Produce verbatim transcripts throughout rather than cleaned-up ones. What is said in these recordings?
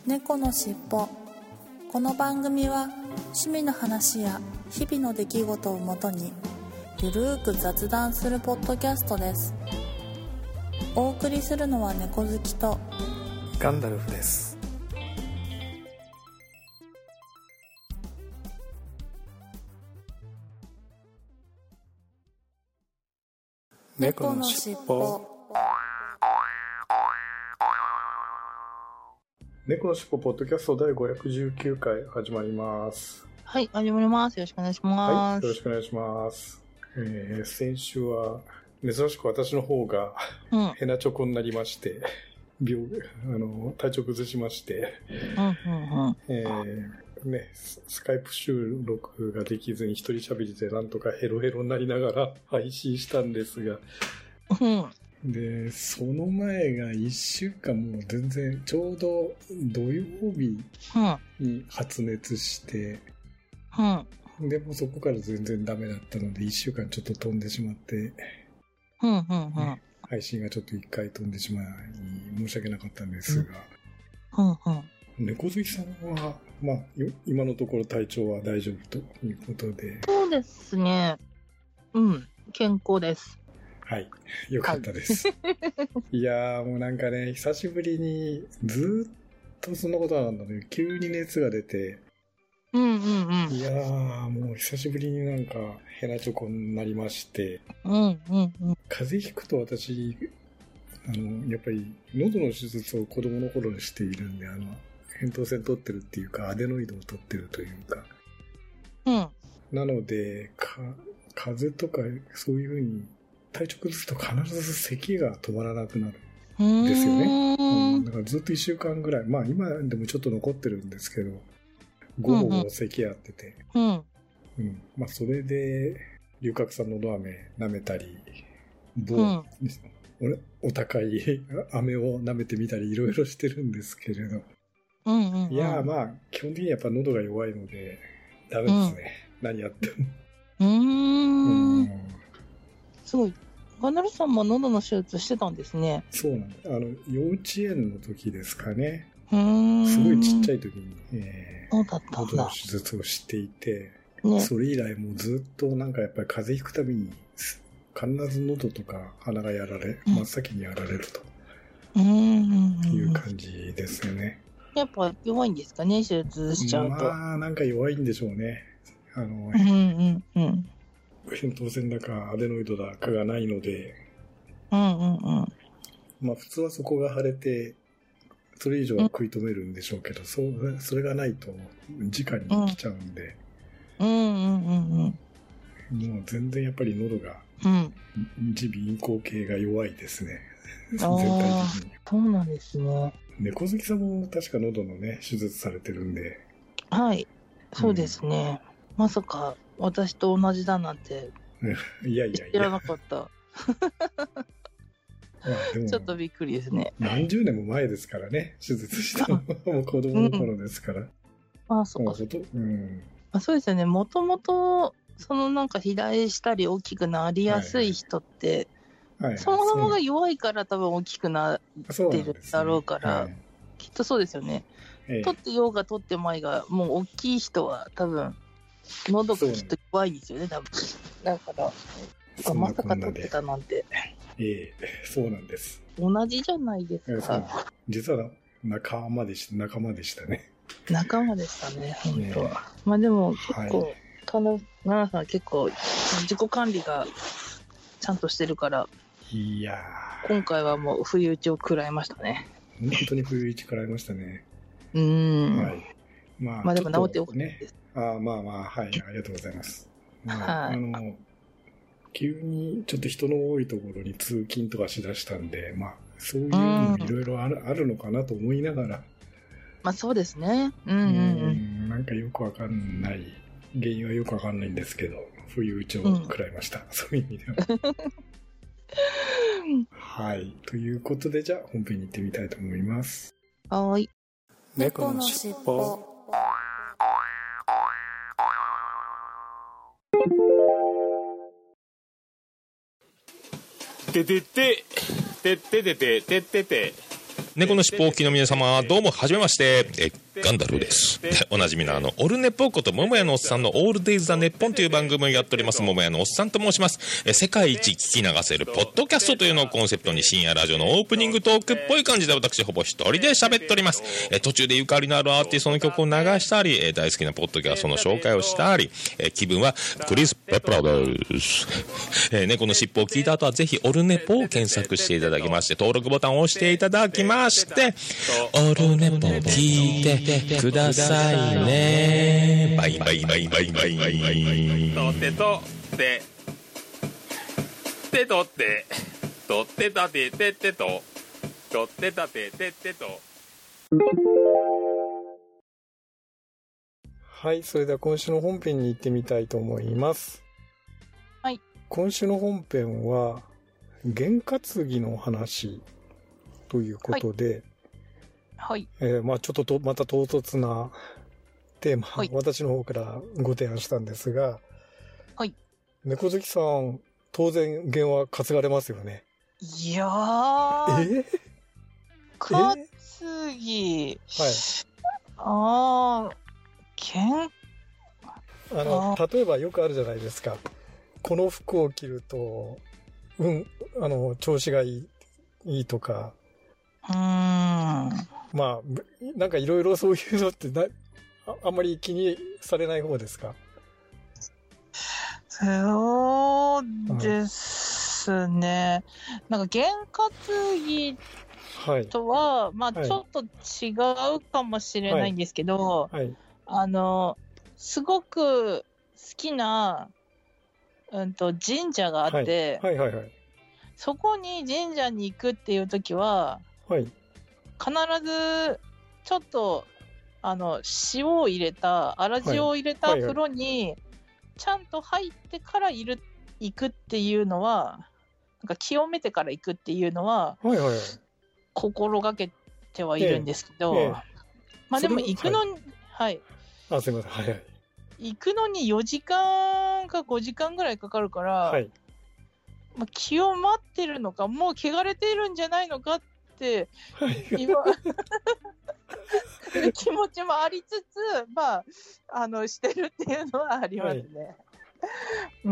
猫のしっぽ。この番組は趣味の話や日々の出来事をもとにゆるーく雑談するポッドキャストです。お送りするのは猫好きとガンダルフです。 猫のしっぽ。 猫のしっぽポッドキャストだいごひゃくじゅうきゅうかい始まります。 はい、始まります。よろしくお願いします。 はい、よろしくお願いします。えー、先週は珍しく私の方が、うん、ヘナチョコになりまして、病あの体調崩しまして、うんうんうんえーね、スカイプ収録ができずに一人喋りでなんとかヘロヘロになりながら配信したんですが、うんで、その前がいっしゅうかんもう全然、ちょうど土曜日に発熱して、うん、でもそこから全然ダメだったので、いっしゅうかんちょっと飛んでしまって、うんうんうんね、配信がちょっといっかい飛んでしまい、申し訳なかったんですが、うんうんうん、猫好きさんは、まあ、今のところ体調は大丈夫ということで。 そうですね。うん、健康です。 はい。よかったです。はい、いやーもうなんかね、久しぶりにずっとそんなことなんだね。急に熱が出て。うんうんうん。いやーもう久しぶりになんかヘナチョコになりまして。うんうんうん。風邪ひくと私、あの、やっぱり喉の手術を子供の頃にしているんで、あの、扁桃腺取ってるっていうか、アデノイドを取ってるというか。うん。なので、か、風邪とかそういう風に、体調崩すと必ず咳が止まらなくなるんですよね。うん、だからずっといっしゅうかんぐらい、まあ今でもちょっと残ってるんですけど、ごごご咳やってて、うんうん、まあそれで龍角散のど飴舐めたり、某、うん、お高い飴を舐めてみたりいろいろしてるんですけれど、うんうんうん、いやまあ基本的にやっぱ喉が弱いのでダメですね。うん、何やっても。うーんうんすごい。ガンダルさんも喉の手術してたんですね。 そうなんだ。あの、幼稚園の時ですかね。うーん。すごいちっちゃい時に、えー、そうだったんだ。喉の手術をしていて、ね、それ以来もうずっとなんかやっぱり風邪ひくたびに、必ず喉とか鼻がやられ、うん、真っ先にやられると。うーん。いう感じですよね。 やっぱ弱いんですかね、手術しちゃうと。 まあ、なんか弱いんでしょうね。あの、うんうんうん。扁桃腺だかアデノイドだかがないので、うんうんうん。まあ普通はそこが腫れて、それ以上は食い止めるんでしょうけど、うん、そう、それがないと直に来ちゃうんで、うん、うんうんうんうん。もう全然やっぱり喉が、うん、耳鼻咽喉系が弱いですね。全体的に。 そうなんですね。 猫好きさんも確か喉のね、手術されてるんで。 はい、そうですね。うん、まさか、私と同じだなんていやいやいや知らなかったでもちょっとびっくりですね。 何十年も前ですからね、手術したのもう子供の頃ですから、うん、 ああそうか、うん、あそうですよね。もともとそのなんか肥大したり大きくなりやすい人って、はいはい、そもそもが弱いから多分大きくなってるだろうから、ねはい、きっとそうですよね、ええ、取ってようが取ってまいがもう大きい人は多分喉がきっと弱いですよね、多分。だから、まさか取ってたなんて。 ええ、そうなんです。 同じじゃないですか。ええ、実は仲間でした、仲間でしたね。 仲間でしたね、本当は。ね、まあでも結構、はい、カナナさんは結構自己管理がちゃんとしてるから、 いやー今回はもう不意打ちを食らいましたね。 本当に不意打ち食らいましたね。 うーん。 はい。まあ、 まあでも治ってよかったです。 ああまあまあ、はい、ありがとうございます。まあ、はい、あの、急にちょっと人の多いところに通勤とかしだしたんで、まあ、そういうのいろいろある、あるのかなと思いながら。 まあそうですね。うんうんうん。 うんなんかよくわかんない、原因はよくわかんないんですけど、不意打ちを食らいました。うん、そういう意味では。はい。ということで、じゃあ本編に行ってみたいと思います。 はい。 猫のしっぽ。 てててててててててて猫のしっぽおきの皆様、どうもはじめまして、えガンダルーです。おなじみのあのオルネポこと桃屋のおっさんのオールデイズ・ザ・ネッポンという番組をやっております桃屋のおっさんと申します。え世界一聞き流せるポッドキャストというのをコンセプトに深夜ラジオのオープニングトークっぽい感じで私ほぼ一人で喋っております。え途中でゆかりのあるアーティストの曲を流したり、え大好きなポッドキャストの紹介をしたり、え気分はクリス・ペプラーです。え猫のしっぽを聞いた後はぜひオルネポを検索していただきまして登録ボタンを押していただきましてオルネポ聞いてくださいね。バイバイバイバイバイバイ。とってとっててとってとってたててってととってたててってと。 はい、それでは今週の本編に行ってみたいと思います。 はい。 今週の本編は験担ぎの話ということで、 はい。 えー、まあちょっととまた唐突なテーマ、 はい、 私の方からご提案したんですが、 はい。 猫好きさん、当然験は担がれますよね。 いやー。 え担ぎ。はい。あー、験あの、例えばよくあるじゃないですか。この服を着ると、うん、あの、調子がいい、いいとか。 うーん。 まあ、なんかいろいろそういうのってな、あ、あんまり気にされない方ですか？ そうですね。うん、なんか、験担ぎとは、はい、まあ、ちょっと違うかもしれないんですけど、はいはい、あの、すごく好きな、うんと、神社があって、 はいはいはいはい、 そこに神社に行くっていう時は、はい、必ずちょっとあの塩を入れた粗塩を入れた風呂にちゃんと入ってからいる行くっていうのは、なんか清めてから行くっていうのは、はいはいはい、心がけてはいるんですけど、ええええ、まあでも行くのに、はい、はい、 あ、すみません、はいはい、 行くのによじかんかごじかんぐらいかかるから、はい、まあ、清まってるのか、もう汚れているんじゃないのかって、はい、今気持ちもありつつ、まあ、あのしてるっていうのはありますね。はい、うん。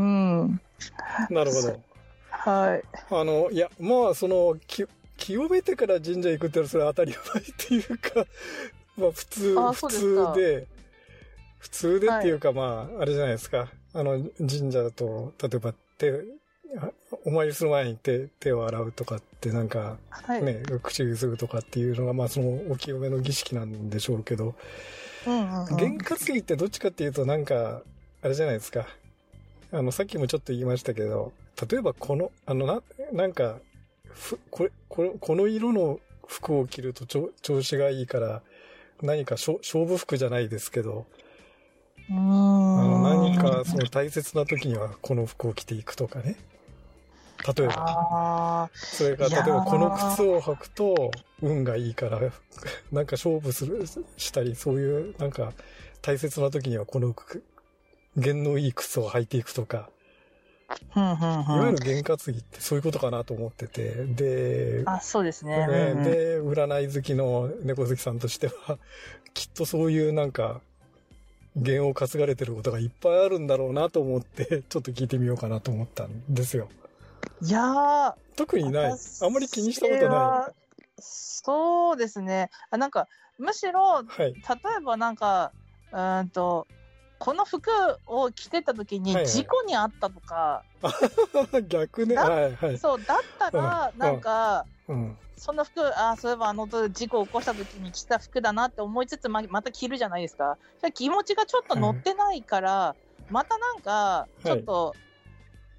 なるほど。 はい。 あの、いや、まあ、その、き清めてから神社行くってのはそれは当たり前っていうか、まあ、普通、普通で、普通でっていうか、はい、まあ、あれじゃないですか。あの、神社だと、例えば手、お参りする前に 手, 手を洗うとかってなんか、ね、はい、口ゆすぐとかっていうのが、まあそのお清めの儀式なんでしょうけど、験担ぎってどっちかっていうとなんか、あれじゃないですか。あの、さっきもちょっと言いましたけど、例えばこの、あの、な、なんか、ふこれ、これ、この色の服を着ると調子がいいから、何か勝負服じゃないですけど、 うーん、 あの何かその大切な時にはこの服を着ていくとかね。例えば。それから例えばこの靴を履くと運がいいから、なんか勝負する、したり、そういうなんか大切な時にはこの弦のいい靴を履いていくとか。いわゆる験担ぎってそういうことかなと思ってて。で、 あ、そうですね。 ね、うんうん、で、占い好きの猫好きさんとしては、きっとそういうなんか、験を担がれてることがいっぱいあるんだろうなと思って、ちょっと聞いてみようかなと思ったんですよ。 いやー。 特にない。あんまり気にしたことない。 そうですね。あ、なんか、むしろ、はい、例えばなんか、うんと、この服を着てた時に事故にあったとか。 はいはい、逆ね。はいはい。 そう、だったら、なんか、うんうん、その服、あ、そういえばあの事故を起こした時に着た服だなって思いつつ、ま、また着るじゃないですか。気持ちがちょっと乗ってないから、はい、またなんか、ちょっと、はい、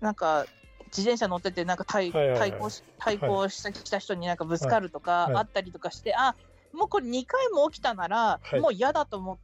なんか、自転車乗ってて、なんか対、はいはいはい、対抗し、対抗してきた人になんかぶつかるとか、あったりとかして、はいはい、あ、もうこれにかいも起きたなら、はい、もう嫌だと思って、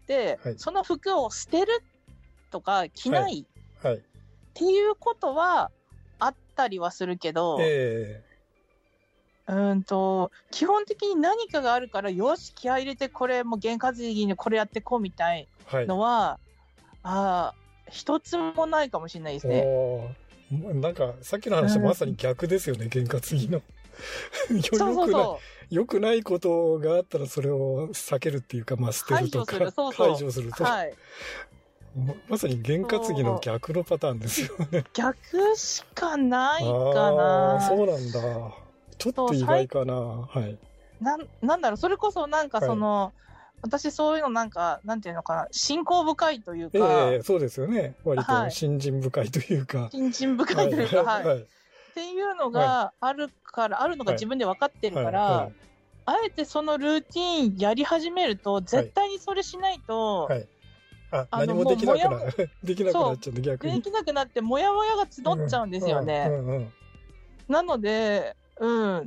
はい、その服を捨てるとか着ない、はいはい、っていうことはあったりはするけど、えー、うんと基本的に何かがあるからよし気合い入れてこれもう験担ぎにこれやってこうみたいのは、はい、あ一つもないかもしれないですね。 なんかさっきの話はまさに逆ですよね、験担ぎの。よくない、 良くないことがあったらそれを避けるっていうか、まあ捨てるとか、 排除する、そうそう排除すると。 はい。 まさに験担ぎの逆のパターンですよね。 逆しかないかな。 あ、そうなんだ。ちょっと意外かな。はい。 な、なんだろう、それこそなんかその、はい、私そういうのなんか、なんていうのかな、信仰深いというか。 ええー、そうですよね。割と信心深いというか。はい、 信心深いというか、はい。はい、っていうのがあるから、はい、あるのが自分で分かってるから、はいはい、あえてそのルーティーンやり始めると、絶対にそれしないと、はいはい、 あ、あ何もできなくなる。できなくなっちゃうんで、逆に。 できなくなって、もやもやが募っちゃうんですよね。うんうんうん、なので、うん、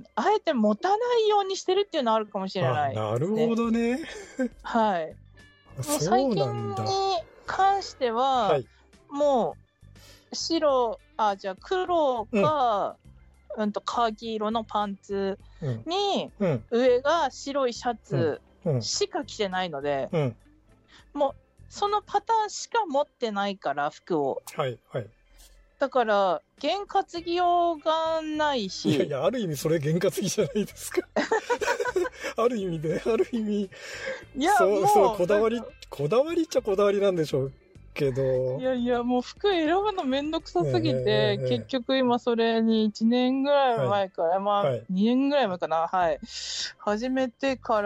あえて持たないようにしてるっていうのはあるかもしれない、 ね。なるほどね。 はい。もう最近に関しては、はい、もう、白、あ、じゃあ黒か、うん、うんと、カーキ色のパンツに、うん、上が白いシャツしか着てないので、うんうん、もう、そのパターンしか持ってないから、服を。 はいはい。 だから、験担ぎようがないし。 いやいや、ある意味それ験担ぎじゃないですか。ある意味で、ある意味。いや、そう、そう、こだわり、こだわりっちゃこだわりなんでしょうけど。 いやいや、もう服選ぶのめんどくさすぎて、えー、結局今それにいちねんぐらい前から、はい、まあ、はい、にねんぐらい前かな、はい。始めてから、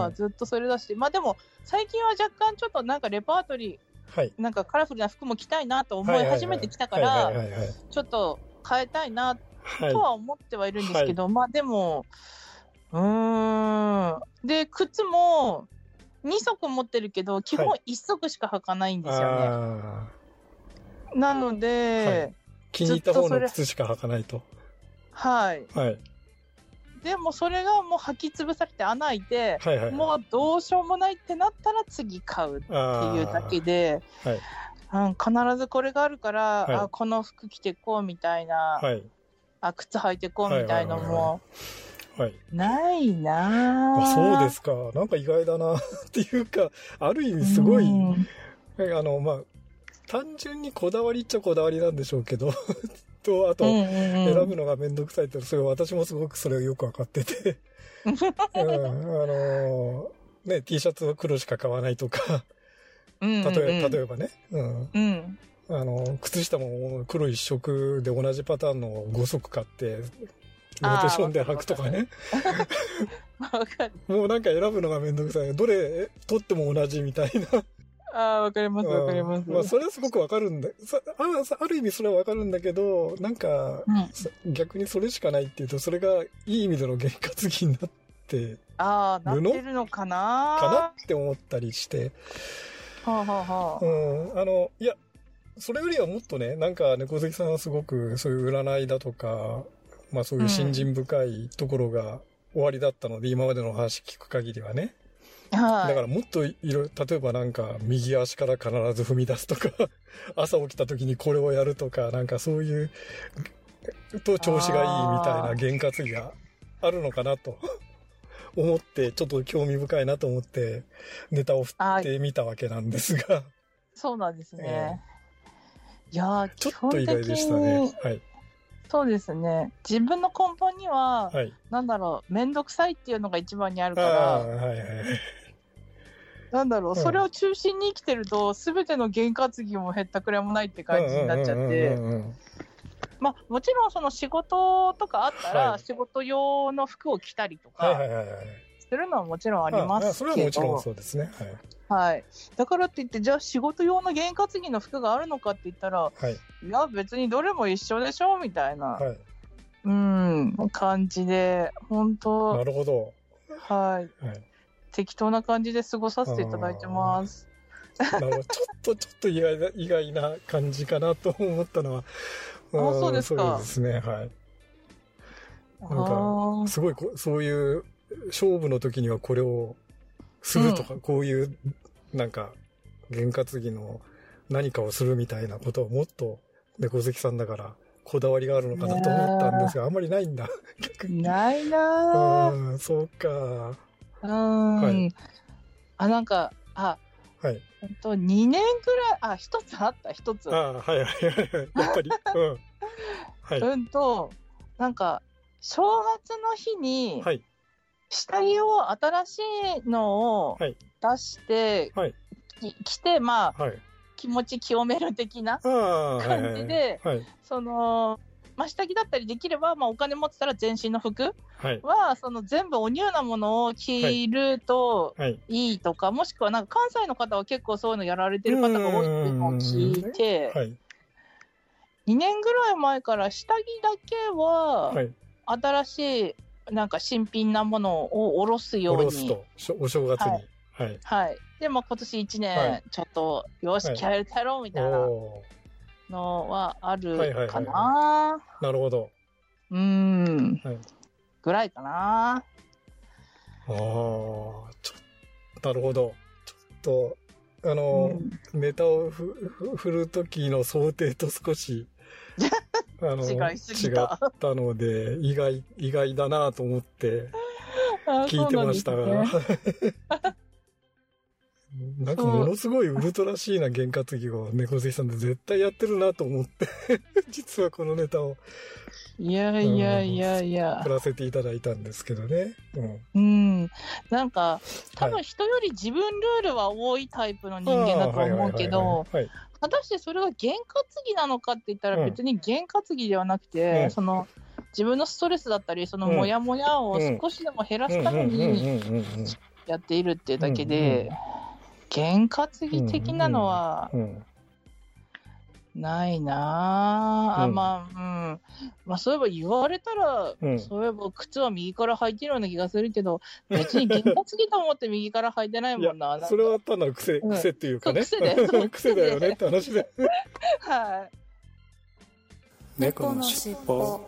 ずっとそれだし、はい、まあでも、最近は若干ちょっとなんかレパートリー、はい、なんかカラフルな服も着たいなと思い始めてきたから、ちょっと変えたいなとは思ってはいるんですけど、はい、まあでも、うーん。で、靴もにそく持ってるけど、基本いっそくしか履かないんですよね。はい、なので、 はい、気に入った方の靴しか履かないと。 はい。はい。でもそれがもう履き潰されて穴開いて、はいはい、もうどうしようもないってなったら次買うっていうだけで、はい、うん、必ずこれがあるから、はい、あ、この服着てこうみたいな、はい、あ、靴履いてこうみたいのもないなぁ、 あ、そうですか。なんか意外だなっていうか、ある意味すごい、うん、あの、まあ、単純にこだわりっちゃこだわりなんでしょうけどと、あと、選ぶのがめんどくさいって、それ私もすごくそれをよくわかってて、うん、あのー、ね、T シャツは黒しか買わないとか、例えば、例えばね、うん、うん、あの、靴下も黒一色で同じパターンのごそく買って、ローテーションで履くとかね。もうなんか選ぶのがめんどくさい。どれ取っても同じみたいな。 ああ、わかります、わかります。 まあ、それはすごくわかるんだ。あ, ある意味それはわかるんだけど、なんか、うん、逆にそれしかないっていうと、それがいい意味での験担ぎになってるのああ、なってるのかなかなって思ったりして。 はあはあはあ。 うん、あの、いや、それよりはもっとね、なんか猫好きさんはすごくそういう占いだとか、まあそういう信心深いところが終わりだったので、うん、今までの話聞く限りはね。はい。だからもっといろいろ、例えばなんか右足から必ず踏み出すとか、朝起きた時にこれをやるとか、なんかそういうと調子がいいみたいな験担ぎがあるのかなと思って、ちょっと興味深いなと思ってネタを振ってみたわけなんですが。 そうなんですね。えー、いやー、 ちょっと意外でしたね。はい。 そうですね。自分の根本には、はい、なんだろう、めんどくさいっていうのが一番にあるから、はいはい、なんだろう、うん、それを中心に生きてると、すべての験担ぎもへったくれもないって感じになっちゃって、まあ、もちろんその仕事とかあったら、はい、仕事用の服を着たりとか、するのはもちろんありますけど、ああ、 それはもちろんそうですね。はい。 はい。だからって言って、じゃあ仕事用の験担ぎの服があるのかって言ったら、はい、いや別にどれも一緒でしょみたいな、はい、うん、感じで、本当。 なるほど。 はい。はい、適当な感じで過ごさせていただいてます。 なるほど。ちょっと、ちょっと意外な、意外な感じかなと思ったのは。 あ、そうですか。 そうですね、はい。なんか、すごいこ、そういう勝負の時にはこれを、するとか、うん、こういう、なんか、験担ぎの何かをするみたいなことをもっと、猫好きさんだから、こだわりがあるのかなと思ったんですが、あんまりないんだ。 逆に。ないなぁ。 うん、そうか。 うん。はい。あ、なんか、あ、 はい。 えっと、にねんくらい、あ、一つあった、一つ。 あ、はいはいはい。やっぱり。うん。 はい。うんと、なんか、正月の日に、はい。 下着を新しいのを出して、はい、着て、まあ、はい、気持ち清める的な感じで、はいはいはい、その、まあ、下着だったりできれば、まあ、お金持ってたら全身の服は、はい、その全部おニューなものを着るといいとか、はいはい、もしくはなんか関西の方は結構そういうのやられてる方が多いっていうのを聞いて、はい、にねんぐらい前から下着だけは、新しいなんか新品なものを下ろすように。 下ろすと、お正月に。はい。 はい。はい、で、まあ、今年いちねん、ちょっと、よし、気合入れてやろうみたいな。のはあるかな、はいはいはいはい、 なるほど。 うーん、はい、ぐらいかな。 ああ、ちょなるほど。ちょっとあの、うん、ネタをふふ振る時の想定と少しあの違いすぎた。 違ったので意外意外だなと思って聞いてましたが。なんかものすごいウルトラシーな験担ぎを猫好きさんで絶対やってるなと思って実はこのネタをいやいやいやいや振らせていただいたんですけどね。 うん、うん、なんか多分人より自分ルールは多いタイプの人間だと思うけど、果たしてそれが験担ぎなのかって言ったら別に験担ぎではなくて、うん、その自分のストレスだったりそのモヤモヤを少しでも減らすためにやっているっていうだけで、験担ぎ的なのはないなぁ、うん、あまあ、うん、まあそういえば言われたら、うん、そういえば靴は右から履いてるような気がするけど、別に験担ぎと思って右から履いてないもんな。 いやそれは単なる癖、うん、癖っていうかね。 癖で癖だよねって話で。 はい。 猫のしっぽ。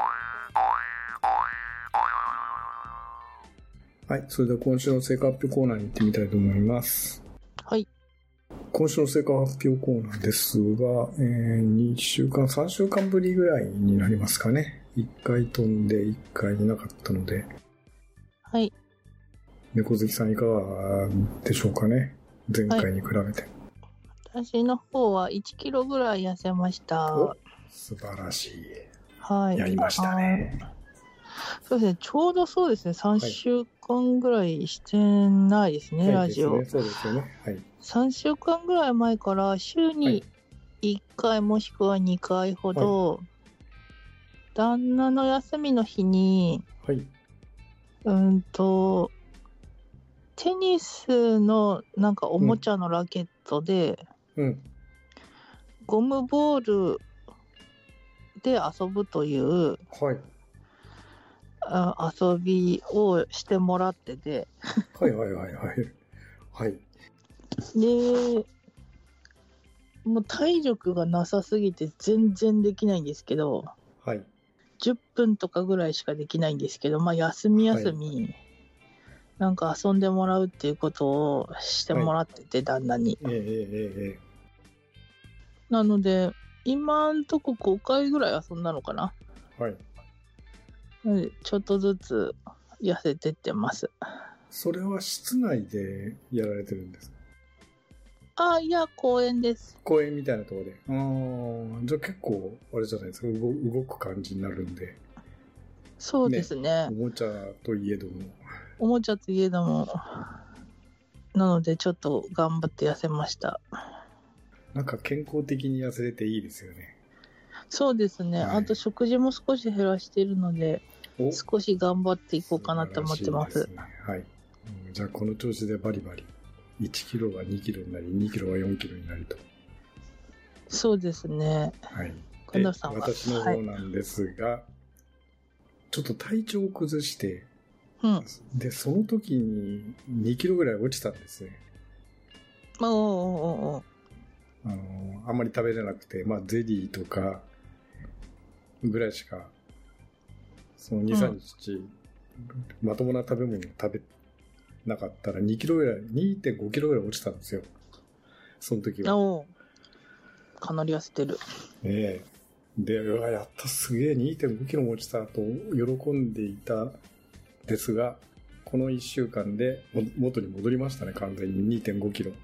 はい、それでは今週の成果発表コーナーに行ってみたいと思います。 はい。 今週の成果発表コーナーですが、えー、にしゅうかん、さんしゅうかんぶりぐらいになりますかね。いっかい飛んでいっかいいなかったので。 はい。 猫好きさんいかがでしょうかね。前回に比べて。はい、 私の方はいちキロぐらい痩せました。 お、素晴らしい。 はい。 やりましたね。 そうですね、ちょうどそうですね、さんしゅうかんぐらいしてないですね、はい、ラジオ。 はい、そうですよね。はい。 さんしゅうかんぐらい前から週にいっかいもしくはにかいほど、はい、旦那の休みの日に、 はい、 うんと、テニスのなんかおもちゃのラケットで、 うんうん、 ゴムボールで遊ぶという、 はい、 あ遊びをしてもらっててはいはいはいはいはいでもう体力がなさすぎて全然できないんですけど、 はい、 じゅっぷんとかぐらいしかできないんですけど、まあ休み休み、はい、なんか遊んでもらうっていうことをしてもらってて、はい、旦那に、 えーえーえー、 なので今んとこごかいぐらい遊んだのかな。 はい、 ちょっとずつ痩せてってます。 それは室内でやられてるんですか？ ああ、いや、公園です。 公園みたいなところで。ああ、じゃあ結構、あれじゃないですか、動, 動く感じになるんで。 そうですね。 ね、おもちゃといえども。 おもちゃといえども。なので、ちょっと頑張って痩せました。 なんか健康的に痩せれていいですよね。 そうですね、はい、あと食事も少し減らしているので少し頑張っていこうかなと思ってます。 素晴らしいですね。はい、うん、じゃあこの調子でバリバリいちキロがにキロになりにキロがよんキロになると。 そうですね。 はい。 近藤さんは私の方なんですが、はい、ちょっと体調を崩して、 うん、 でその時ににキロぐらい落ちたんですね。 おーおーおーあのあんまり食べれなくて、まあ、ゼリーとかぐらいしかそのに、さんにち、うん、まともな食べ物を食べなかったらにキロぐらい にてんごキロぐらい落ちたんですよ、その時は。 おかなり痩せてる。 ねえ、でうわやったすげえ にてんごキロも落ちたと喜んでいたですが、このいっしゅうかんで元に戻りましたね、完全に にてんごキロ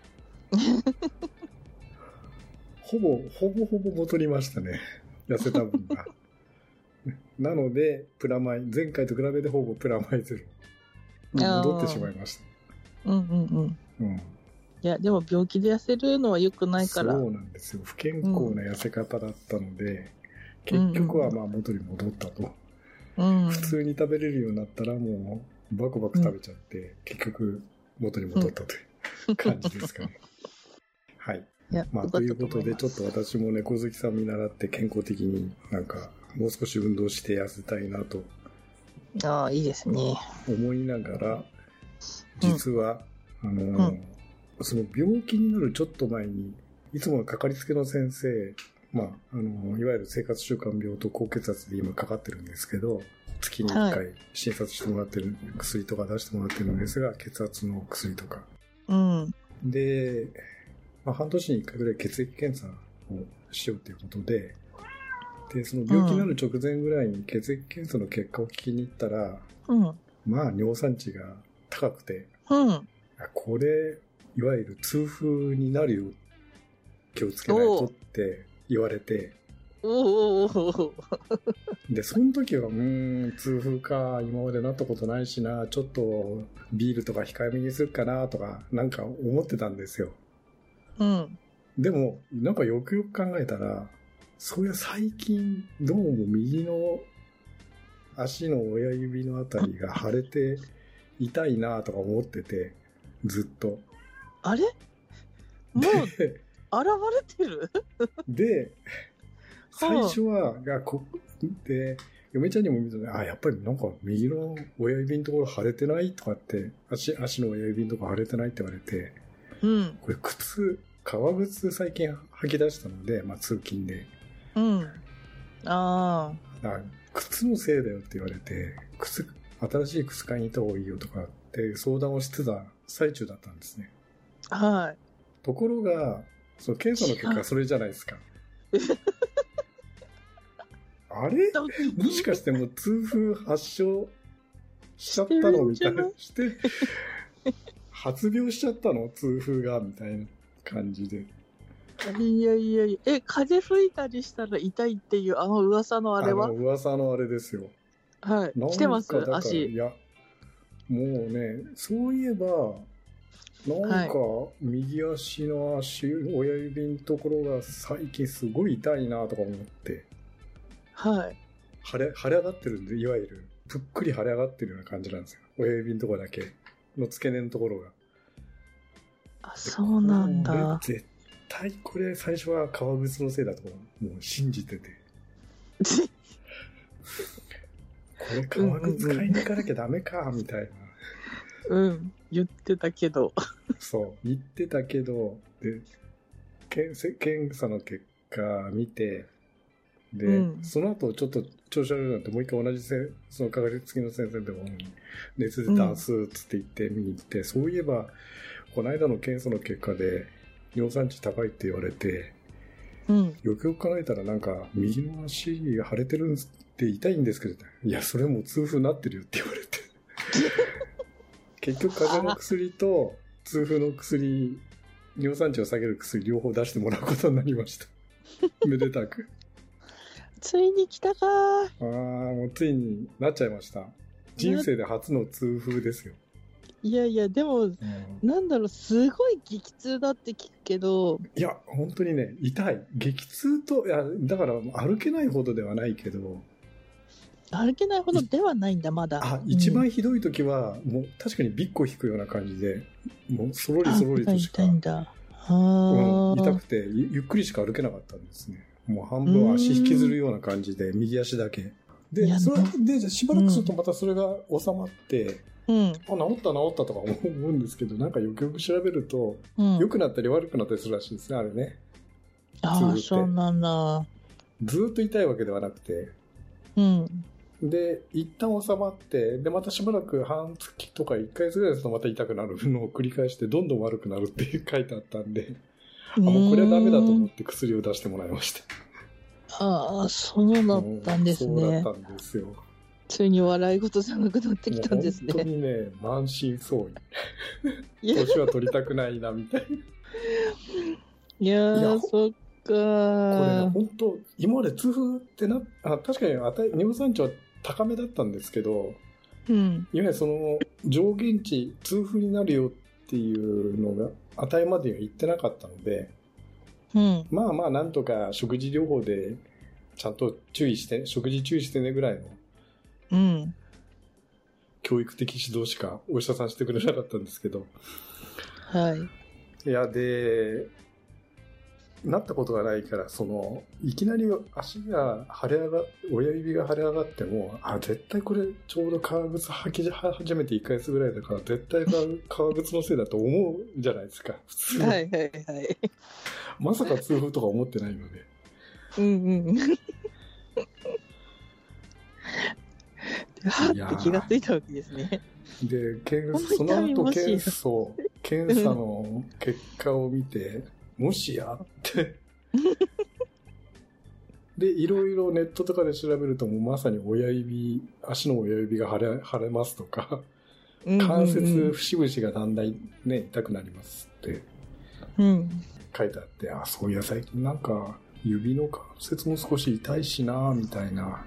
ほぼほぼほぼ戻りましたね、痩せた分がなのでプラマイ前回と比べてほぼプラマイゼロ戻ってしまいました。 うんうんうん。うん。いや、でも病気で痩せるのは良くないから。 そうなんですよ。不健康な痩せ方だったので、うん、結局はまあ元に戻ったと。うん、普通に食べれるようになったらもうバクバク食べちゃって、うん、結局元に戻ったという感じですかね。はい。まあ、ということで、ちょっと私も猫好きさん見習って健康的になんか、もう少し運動して痩せたいなと。 ああ、いいですね。 思いながら、実は、うん、あの、うん、その病気になるちょっと前に、いつものかかりつけの先生、まあ、あの、いわゆる生活習慣病と高血圧で今かかってるんですけど、月にいっかい診察してもらってる薬とか出してもらってるんですが、血圧の薬とか。うん。で、まあ、半年にいっかいぐらい血液検査をしようということで、で、その病気になる直前ぐらいに血液検査の結果を聞きに行ったら、うん、まあ尿酸値が高くて、うん、これ、いわゆる痛風になるよ、気をつけないとって言われて、おーで、その時は、うーん、痛風か、今までなったことないしな、ちょっとビールとか控えめにするかなとか、なんか思ってたんですよ。うん。でも、なんかよくよく考えたら、そういや最近、どうも右の足の親指のあたりが腫れて痛いなとか思ってて、ずっと。 あれもう、現れてるで、最初は、がこで、嫁ちゃんにも見たら、あ、やっぱりなんか右の親指のところ腫れてないとかって、足、足の親指のところ腫れてないって言われて、うん。これ靴、革靴最近履き出したので、まあ通勤で。うん。ああ。靴のせいだよって言われて、靴、新しい靴買いに行った方がいいよとかって相談をしてた最中だったんですね。はい。ところが、その検査の結果それじゃないですか。あれもしかしてもう痛風発症しちゃったのみたいな。して、発病しちゃったの痛風がみたいな感じで。 いやいやいや、え、風吹いたりしたら痛いっていうあの噂のあれは？ あの噂のあれですよ。 はい。来てます足。 いや、もうね、そういえば、なんか、右足の足、親指のところが最近すごい痛いなとか思って。はい。腫れ、腫れ上がってるんで、いわゆる、ぷっくり腫れ上がってるような感じなんですよ。親指のところだけ。の付け根のところが。 あ、そうなんだ。 絶対これ最初は革靴のせいだともう信じてて。これ革靴買いに行かなきゃダメか、みたいな。 うん、言ってたけど。 そう、言ってたけど、で、検査の結果見て、で、うん、その後ちょっと調子悪いなってもう一回同じせそのかかりつけの先生でも熱出たんすっつって言って見に行って、うん、そういえばこの間の検査の結果で尿酸値高いって言われて、うん、よくよく考えたらなんか右の足が腫れてるんって痛いんですけど、いやそれも痛風になってるよって言われて結局風邪の薬と痛風の薬、尿酸値を下げる薬両方出してもらうことになりましためでたく。 ついに来たかー。 ああ、もうついになっちゃいました。人生で初の痛風ですよ。 いやいや、でも、うん、なんだろう、すごい激痛だって聞くけど。 いや、本当にね、痛い。激痛と、いや、だから歩けないほどではないけど。 歩けないほどではないんだ、まだ。 あ、一番ひどい時は、うん、もう確かにビッコ引くような感じで、もうそろりそろりとしか。 痛いんだ。 うん、痛くてゆ、ゆっくりしか歩けなかったんですね。もう半分足引きずるような感じで、右足だけ。で、それで、じゃしばらくするとまたそれが収まって、うん、あ、治った治ったとか思うんですけど、なんかよくよく調べると、うん、良くなったり悪くなったりするらしいですね、あれね。 ああ、そうなんだ。 ずーっと痛いわけではなくて。うん。で、一旦収まって、で、またしばらく半月とかいっかげつぐらいするとまた痛くなるのを繰り返して、どんどん悪くなるっていう書いてあったんで、あ、もうこれはダメだと思って薬を出してもらいました。 ああ、そうだったんですね。 そうだったんですよ。 ついに笑い事じゃなくなってきたんですね。 本当にね、満身創痍。年は取りたくないな、みたいな。 いやー、そっかー。これね、本当今まで痛風ってな、あ、確かに値尿酸値は高めだったんですけど、 うん、 いわゆるその上限値痛風になるよっていうのが値までは言ってなかったので、 うん、 まあまあなんとか食事療法でちゃんと注意して食事注意してねぐらいの、 うん、 教育的指導しかお医者さんしてくれなかったんですけど、 はい。 いやでなったことがないから、そのいきなり足が腫れ上が親指が腫れ上がっても、あ絶対これちょうど革靴履き始めていっかげつぐらいだから絶対革靴のせいだと思うじゃないですか普通。 はいはいはい。 まさか痛風とか思ってないので。 うんうん。はって気がついたわけですね。 で、検その後検査検査の結果を見て、もしやってでいろいろネットとかで調べると、もうまさに親指足の親指が腫れ腫れますとか、関節節々がだんだんね痛くなりますって書いてあって、あそういや最近なんか指の関節も少し痛いしなみたいな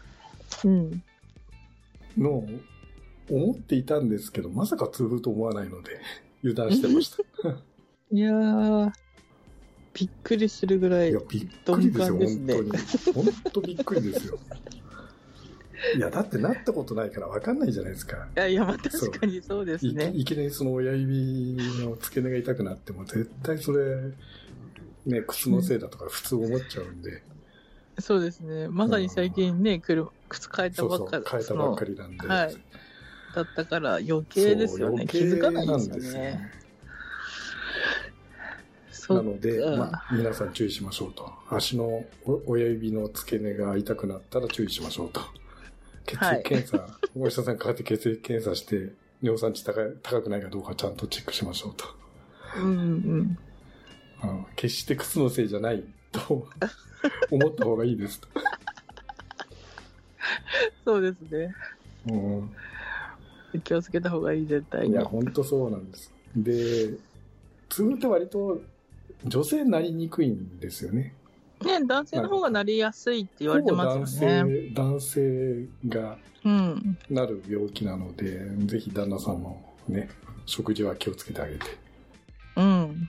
のを思っていたんですけど、まさか痛風と思わないので油断してましたいやーびっくりするぐらい。 いやびっくりですよ、本当に本当びっくりですよいやだってなったことないから分かんないじゃないですか。 いやいや、まあ、確かにそうですね。 い, いきなりその親指の付け根が痛くなっても絶対それね靴のせいだとか普通思っちゃうんで、うん、 そうですね。まさに最近ね、うん、靴変えたばっかり、 そうそう変えたばっかりなんで、 はい、だったから余計ですよね。気づかないですよね。 なので、まあ、皆さん注意しましょうと。足の親指の付け根が痛くなったら注意しましょうと。血液検査、はい、お医者さんかかって血液検査して尿酸値 高, 高くないかどうかちゃんとチェックしましょうと。 うんうん。 あの決して靴のせいじゃないと思った方がいいですと。 そうですね。 うん、 気をつけた方がいい、絶対に。 いや、本当そうなんです。で、痛風って割と女性になりにくいんですよね。 ね、男性の方がなりやすいって言われてますよね。 男性、男性がなる病気なので、うん、ぜひ旦那さんもね、食事は気をつけてあげて。 うん。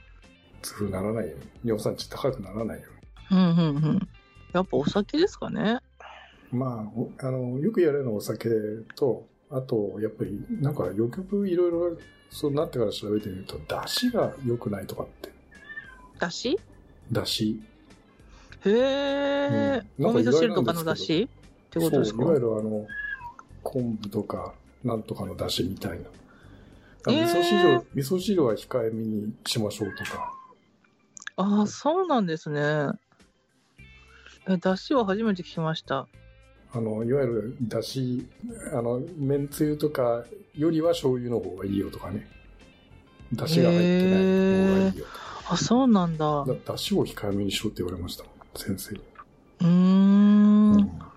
痛風ならないように、尿酸値高くならないように。うんうんうん。やっぱお酒ですかね。 まあ、あの、よくやるのはお酒と、あと、やっぱり、なんか、よくよくいろいろ、そうなってから調べてみると、出汁が良くないとかって。 出汁？ 出汁。 へー。うん、お味噌汁とかの出汁ってことですか？ そう、いわゆるあの、昆布とか、なんとかの出汁みたいな。あの味噌汁、味噌汁は控えめにしましょうとか。 ああ、そうなんですね。え、出汁は初めて聞きました。 あの、いわゆる出汁、あの、めんつゆとかよりは醤油の方がいいよとかね。出汁が入ってない方がいいよとか。 あ、そうなんだ。 だ出汁を控えめにしろって言われました、先生に。 うーん。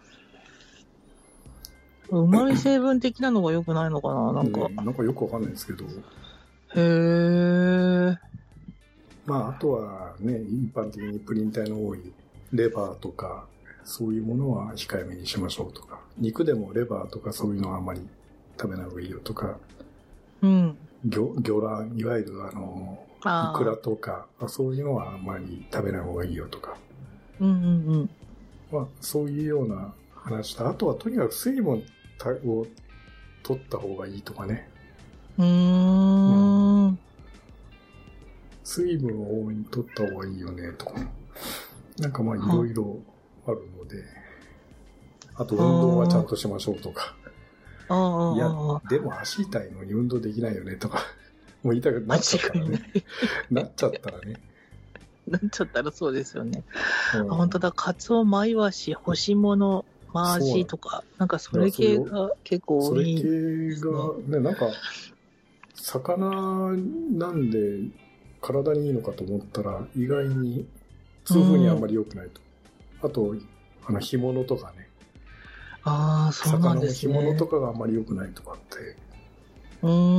うまみ成分的なのが良くないのかな、なんか。 ね、なんかよくわかんないですけど。 へー。 まあ、あとはね、一般的にプリン体の多いレバーとか、そういうものは控えめにしましょうとか、肉でもレバーとかそういうのはあまり食べない方がいいよとか、 うん。 魚、魚卵、いわゆるあの、イクラとか、そういうのはあんまり食べない方がいいよとか。 うんうんうん。 まあ、そういうような話と、あとはとにかく水分を取った方がいいとかね。 うーん。うん、 水分を多めに取った方がいいよねとか。なんかまあいろいろあるので、あと運動はちゃんとしましょうとか。 ああ。 いや、でも足痛いのに運動できないよねとか。もう痛くなっちゃったらね。なっちゃったらね。 なっちゃったらそうですよね。うん、本当だ、カツオ、マイワシ、干し物、マージとか、なんかそれ系が結構多い、ね。 それ系が、ね、なんか、魚なんで体にいいのかと思ったら、意外に痛風にあんまり良くないと。うん、あと、あの、干物とかね。 ああ、そうなんですね。 魚の干物とかがあんまり良くないとかって。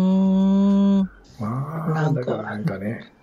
うーん。 まあ、だからなんかね、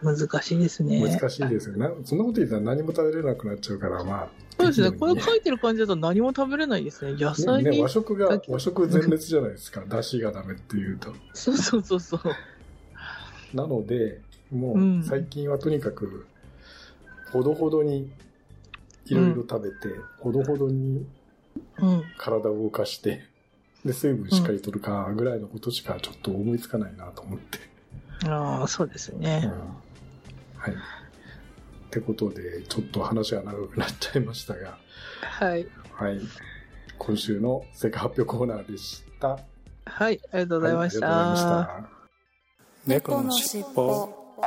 難しいですね。 難しいですよね。そんなこと言ったら何も食べれなくなっちゃうから、まあ。 そうですね。これ書いてる感じだと何も食べれないですね。野菜に。 ね、ね、和食が、和食全滅じゃないですか。出汁がダメっていうと。 そうそうそうそう。 なので、もう最近はとにかく、ほどほどにいろいろ食べて、うん、ほどほどに体を動かして、で、水分しっかり取るかぐらいのことしかちょっと思いつかないなと思って。 うん、ああ、そうですね。うんはい。ってことで、ちょっと話が長くなっちゃいましたが。 はい。 はい。今週の成果発表コーナーでした。 はい、ありがとうございました。はい、ありがとうございました。 猫のしっぽ。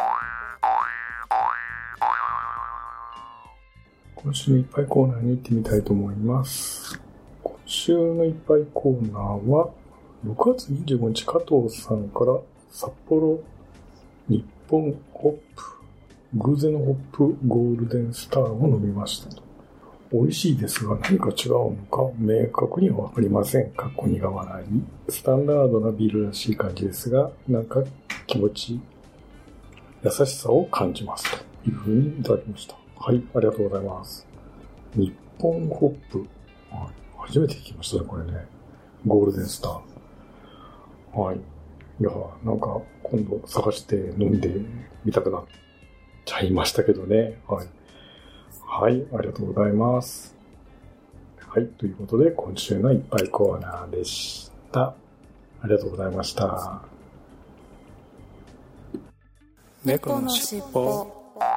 今週のいっぱいコーナーに行ってみたいと思います。今週のいっぱいコーナーは、ろくがつにじゅうごにち加藤さんから札幌日本ホップ偶然のホップゴールデンスターを飲みましたと。美味しいですが何か違うのか明確にはわかりません。かっこ苦笑い。スタンダードなビールらしい感じですが、なんか気持ち、優しさを感じますというふうにいただきました。はい、ありがとうございます。日本ホップ。はい、初めて聞きましたね、これね。ゴールデンスター。はい。いや、なんか今度探して飲んでみたくなっちゃいましたけどね。はい。はい、ありがとうございます。はい、ということで今週のいっぱいコーナーでした。ありがとうございました。猫のしっぽ。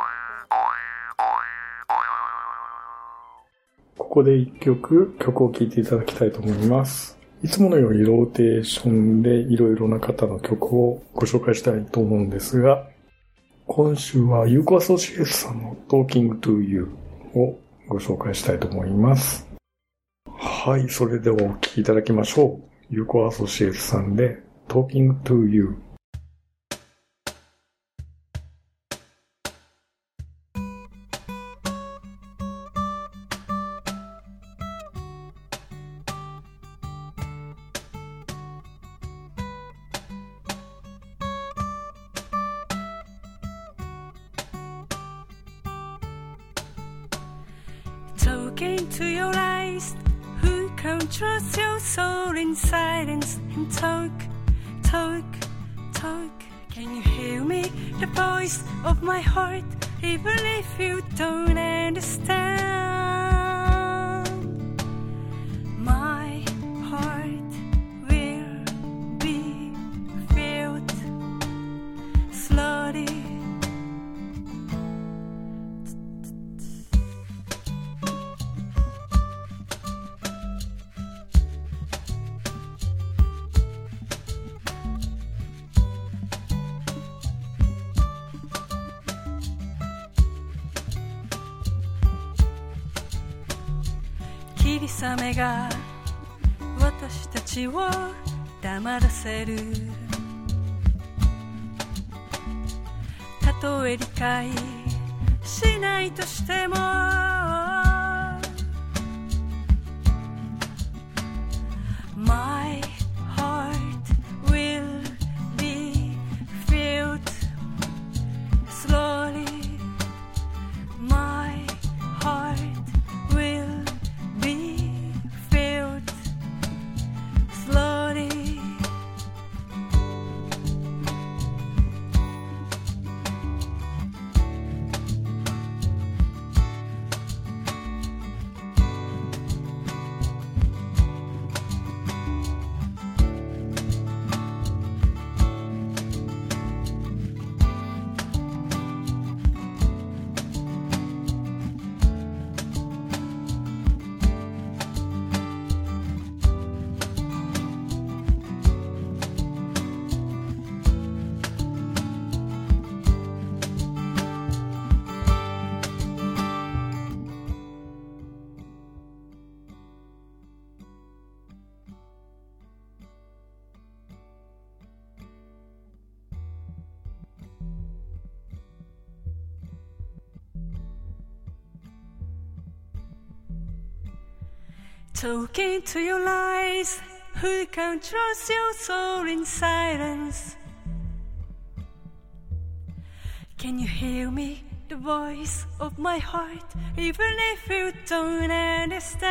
ここで一曲、曲を聴いていただきたいと思います。いつものようにローテーションでいろいろな方の曲をご紹介したいと思うんですが、今週はユーコアソシエイツさんの Talking to You をご紹介したいと思います。はい、それではお聴きいただきましょう。ユーコアソシエイツさんで Talking to You。 Talking to your eyes, who can trust your soul in silence and talk, talk, talk. Can you hear me, the voice of my heart, even if you don't understand? My heart will be filled slowly.霧雨が私たちを黙らせる。たとえ理解しないとしても My heart will be filled slowly. My heart will be filled slowly. Talking to your lies, who can trust your soul in silence? Can you hear me? The voice of my heart, even if you don't understand.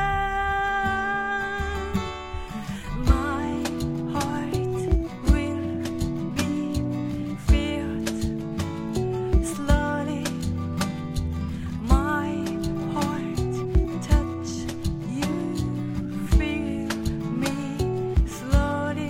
My heart will be filled slowly. My heart touch you, feel me slowly.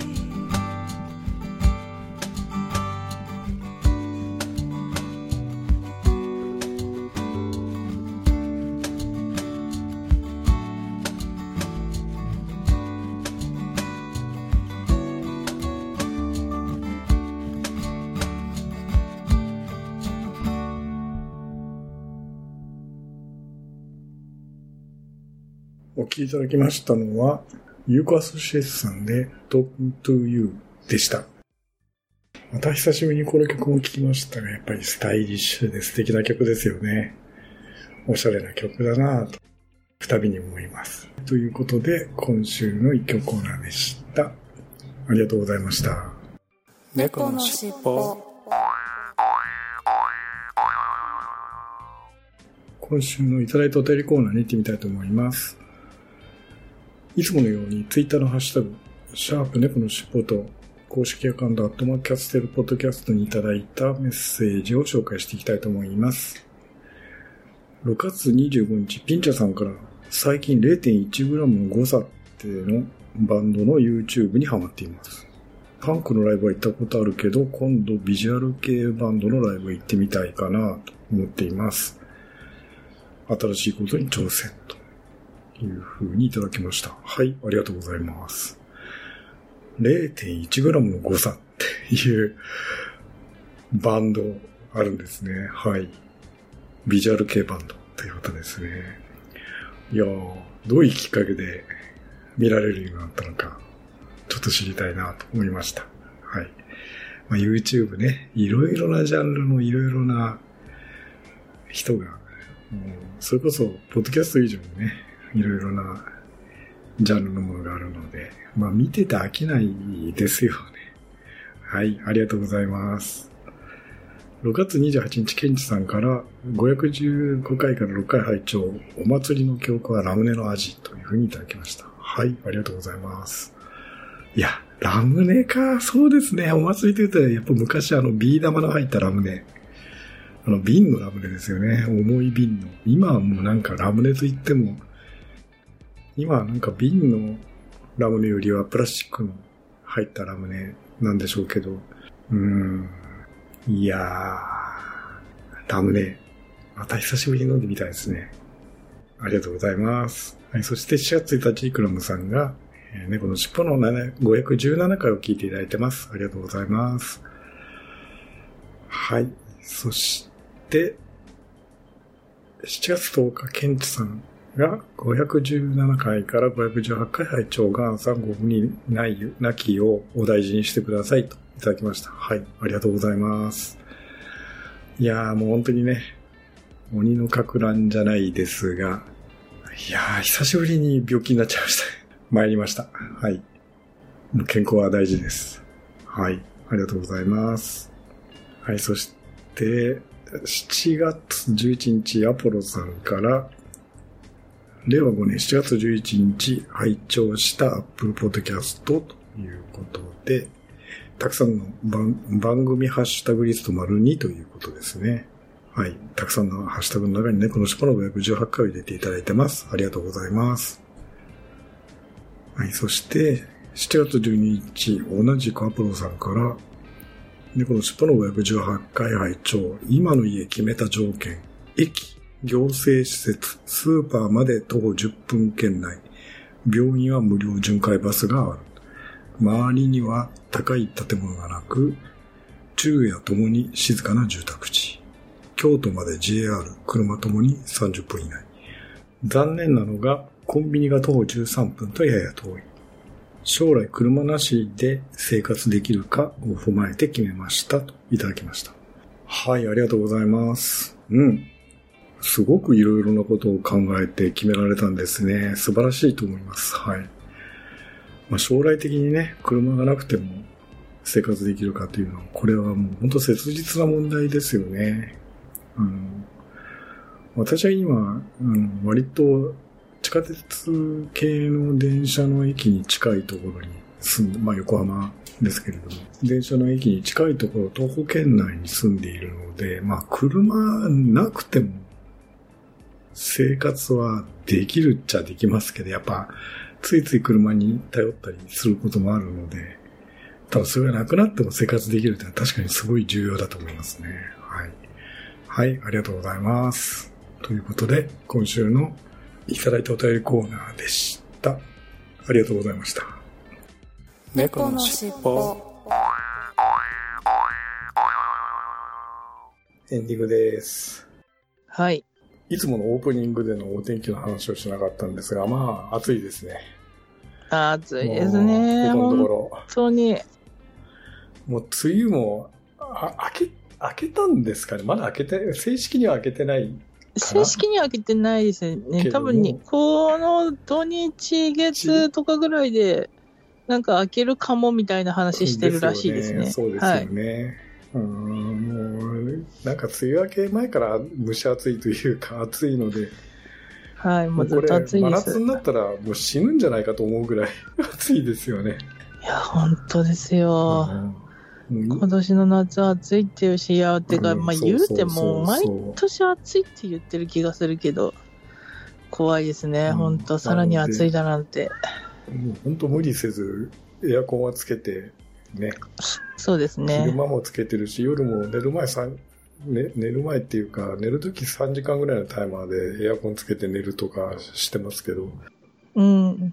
お聴きいただきましたのは、ユーコアソシエイツさんで Talk to You でした。また久しぶりにこの曲も聴きましたが、やっぱりスタイリッシュで素敵な曲ですよね。おしゃれな曲だなぁと、再びに思います。ということで、今週の一曲コーナーでした。ありがとうございました。 猫のしっぽ。 今週のいただいたお便りコーナーに行ってみたいと思います。いつものようにツイッターのハッシュタグ、シャープ猫のしっぽと公式アカウントアットマークキャステルポッドキャストにいただいたメッセージを紹介していきたいと思います。ろくがつにじゅうごにち、ピンチャさんから最近 れいてんいちグラム の誤差ってのバンドの YouTube にハマっています。パンクのライブは行ったことあるけど、今度ビジュアル系バンドのライブ行ってみたいかなと思っています。新しいことに挑戦という風にいただきました。はい、ありがとうございます。れいてんいちグラム の誤差っていうバンドあるんですね。はい。ビジュアル系バンドということですね。いやー、どういうきっかけで見られるようになったのか、ちょっと知りたいなと思いました。はい。まあ、YouTube ね、いろいろなジャンルのいろいろな人が、それこそ、ポッドキャスト以上にね、いろいろなジャンルのものがあるので、まあ見てて飽きないですよね。はい、ありがとうございます。ろくがつにじゅうはちにち、ケンチさんからごひゃくじゅうごかいからろっかい拝聴、お祭りの記憶はラムネの味というふうにいただきました。はい、ありがとうございます。いや、ラムネか、そうですね。お祭りというと、やっぱ昔あのビー玉の入ったラムネ。あの瓶のラムネですよね。重い瓶の。今はもうなんかラムネといっても、今はなんか瓶のラムネよりはプラスチックの入ったラムネなんでしょうけど。うーん。いやー、ラムネ。また久しぶりに飲んでみたいですね。ありがとうございます。はい、そしてしちがつついたち、クラムさんが、えー、猫のしっぽのごひゃくじゅうななかいを聞いていただいてます。ありがとうございます。はい。そして、しちがつとおか、ケンチさんがごひゃくじゅうななかいからごひゃくじゅうはちかい拝聴、ガンさんご不にないなきをお大事にしてくださいといただきました。はい、ありがとうございます。いやーもう本当にね、鬼のかく乱じゃないですが、いやー久しぶりに病気になっちゃいました。参りました。はい。もう健康は大事です。はい、ありがとうございます。はい、そして、しちがつじゅういちにち、アポロさんから、れいわごねんしちがつじゅういちにち、拝聴したアップルポッドキャストということで、たくさんの 番, 番組ハッシュタグリスト丸にということですね。はい。たくさんのハッシュタグの中にね、このしっぽのごひゃくじゅうはちかいを入れていただいてます。ありがとうございます。はい。そして、しちがつじゅうににち、同じくアポロさんから、で、このしっぽのごひゃくじゅうはちかい拝聴、今の家決めた条件、駅、行政施設、スーパーまで徒歩じゅっぷん圏内、病院は無料巡回バスがある。周りには高い建物がなく、昼夜ともに静かな住宅地。京都まで ジェイアール、車ともにさんじゅっぷん以内。残念なのが、コンビニが徒歩じゅうさんぷんとやや遠い。将来車なしで生活できるかを踏まえて決めましたといただきました。はい、ありがとうございます。うん。すごくいろいろなことを考えて決められたんですね。素晴らしいと思います。はい。まあ、将来的にね、車がなくても生活できるかというのは、これはもう本当切実な問題ですよね。あの私は今、あの割と地下鉄系の電車の駅に近いところに住んで、まあ横浜ですけれども、電車の駅に近いところ、徒歩圏内に住んでいるので、まあ車なくても生活はできるっちゃできますけど、やっぱついつい車に頼ったりすることもあるので、多分それがなくなっても生活できるってのは確かにすごい重要だと思いますね。はい。はい、ありがとうございます。ということで、今週のいただいたお便りコーナーでした。ありがとうございました。 猫のしっぽ。 エンディングです。 はい。 いつものオープニングでのお天気の話をしなかったんですが、まあ、暑いですね。 暑いですね。 ここのところ。 本当に。 もう、梅雨も、あ、明け、明けたんですかね。まだ明けて、正式には明けてないかな。 正式には明けてないですね。多分に、この土日月とかぐらいで、なんか明けるかもみたいな話してるらしいですね。 そうですよね。はい、うん、もう、なんか梅雨明け前から蒸し暑いというか暑いので、 はい、もうずっと暑いです。 真夏になったらもう死ぬんじゃないかと思うぐらい暑いですよね。 いや、本当ですよ。うん、今年の夏は暑いっていうし、いや、てか、うん、まあ言うても、毎年暑いって言ってる気がするけど、怖いですね、うん、本当さらに暑いだなんて。 もう本当無理せず、エアコンはつけて、ね。 そうですね。 昼間もつけてるし、夜も寝る前さん、ね、寝る前っていうか、寝るときさんじかんぐらいのタイマーでエアコンつけて寝るとかしてますけど。 うん。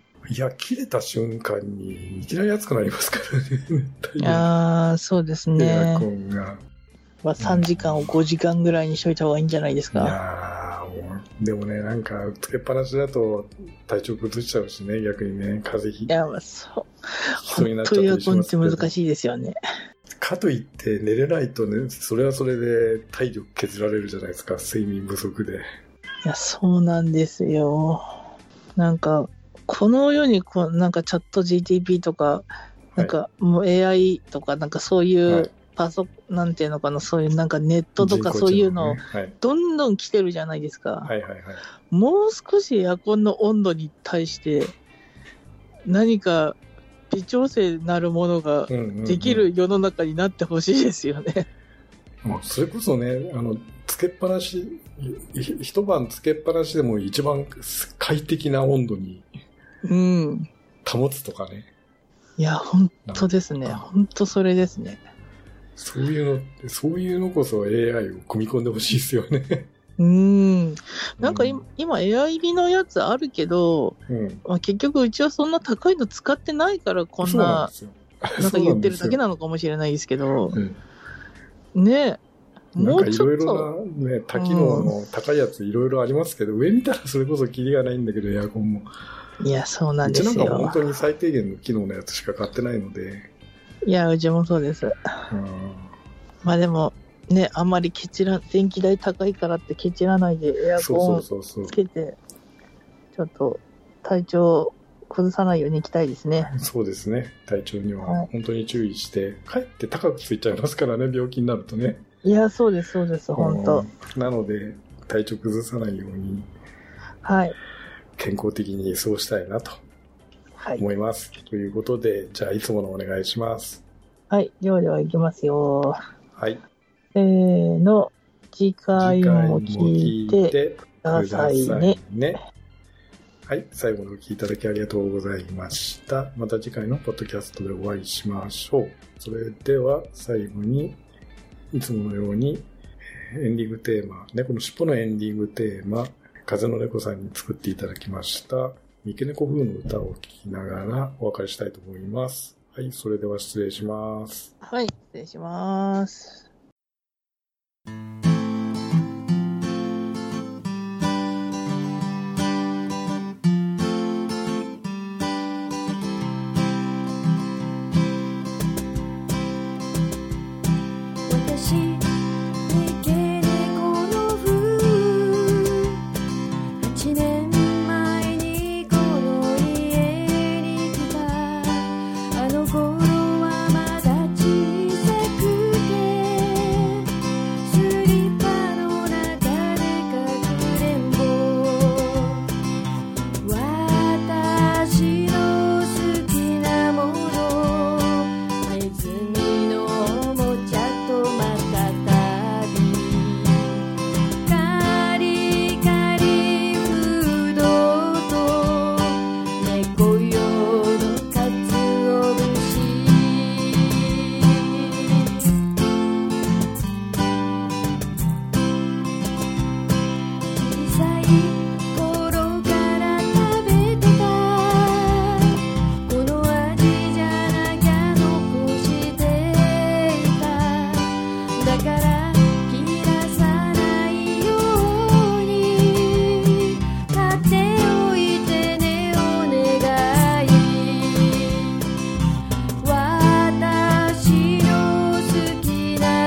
いや、切れた瞬間にいきなり暑くなりますからね。 ああ、そうですね。 エアコンが。 まあさんじかんをごじかんぐらいにしといた方がいいんじゃないですか。 いやー、もう、でもね、なんか、つけっぱなしだと体調崩しちゃうしね、逆にね、風邪ひいて。 いや、まあそう。本当にエアコンって難しいですよね。 かといって寝れないとね、それはそれで体力削られるじゃないですか、睡眠不足で。 いや、そうなんですよ。なんか、この世にこう、なんかチャット ジーティーピー とか、なんかもう エーアイ とか、なんかそういうパソ、はい、なんていうのかな、そういうなんかネットとかそういうの、どんどん来てるじゃないですか。 はいはいはい。 もう少しエアコンの温度に対して、何か微調整なるものができる世の中になってほしいですよね。 うんうんうん、それこそね、あの、つけっぱなし、一晩つけっぱなしでも一番快適な温度に保つとかね。 いや、本当ですね。本当それですね。 そういうの、そういうのこそ エーアイ を組み込んでほしいですよね。 うん。なんか今、今 エーアイ 入りのやつあるけど、うんまあ、結局うちはそんな高いの使ってないからこんな、なんか言ってるだけなのかもしれないですけど、うん、ねもうちょっと。なんかいろいろな、ね、多機能の高いやついろいろありますけど、うん、上見たらそれこそキリがないんだけど、エアコンも。 いや、そうなんですよ。 うちなんか本当に最低限の機能のやつしか買ってないので。 いや、うちもそうです。うん、まあでも、ね、あんまりケチら、電気代高いからってケチらないでエアコンをつけて、ちょっと体調崩さないようにいきたいですね。 そうですね。体調には本当に注意して、かえって高くついちゃいますからね、病気になるとね。 いや、そうです、そうです、本当。 なので、体調崩さないように、 はい。 健康的に過ごしたいなと思います。はい、ということで、じゃあいつものお願いします。 はい、ではではいきますよ。 はい。 せーの、次回も聞いてくださいね。 ねはい、最後までお聞きいただきありがとうございました。また次回のポッドキャストでお会いしましょう。それでは最後に、いつものようにエンディングテーマ、猫のしっぽのエンディングテーマ、風の猫さんに作っていただきました、三毛猫風の歌を聴きながらお別れしたいと思います。はい、それでは失礼します。 はい、失礼します。 あの頃はまだ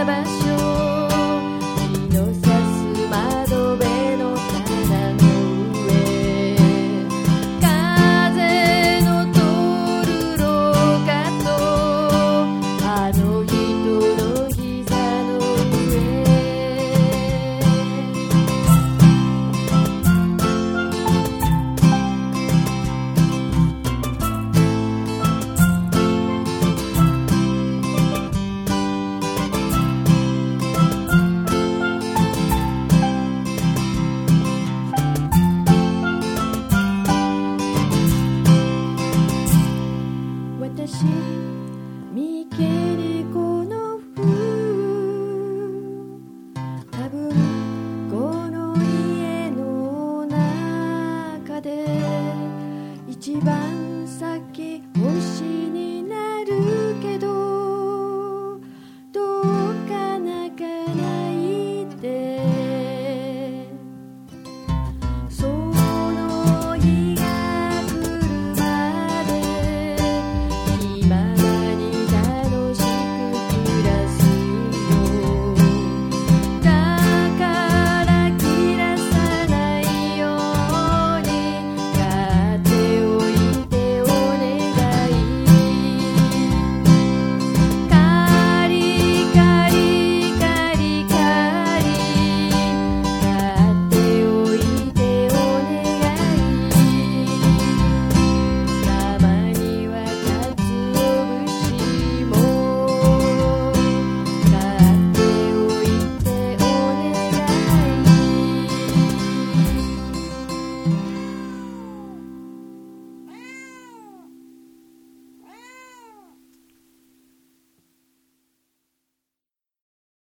場所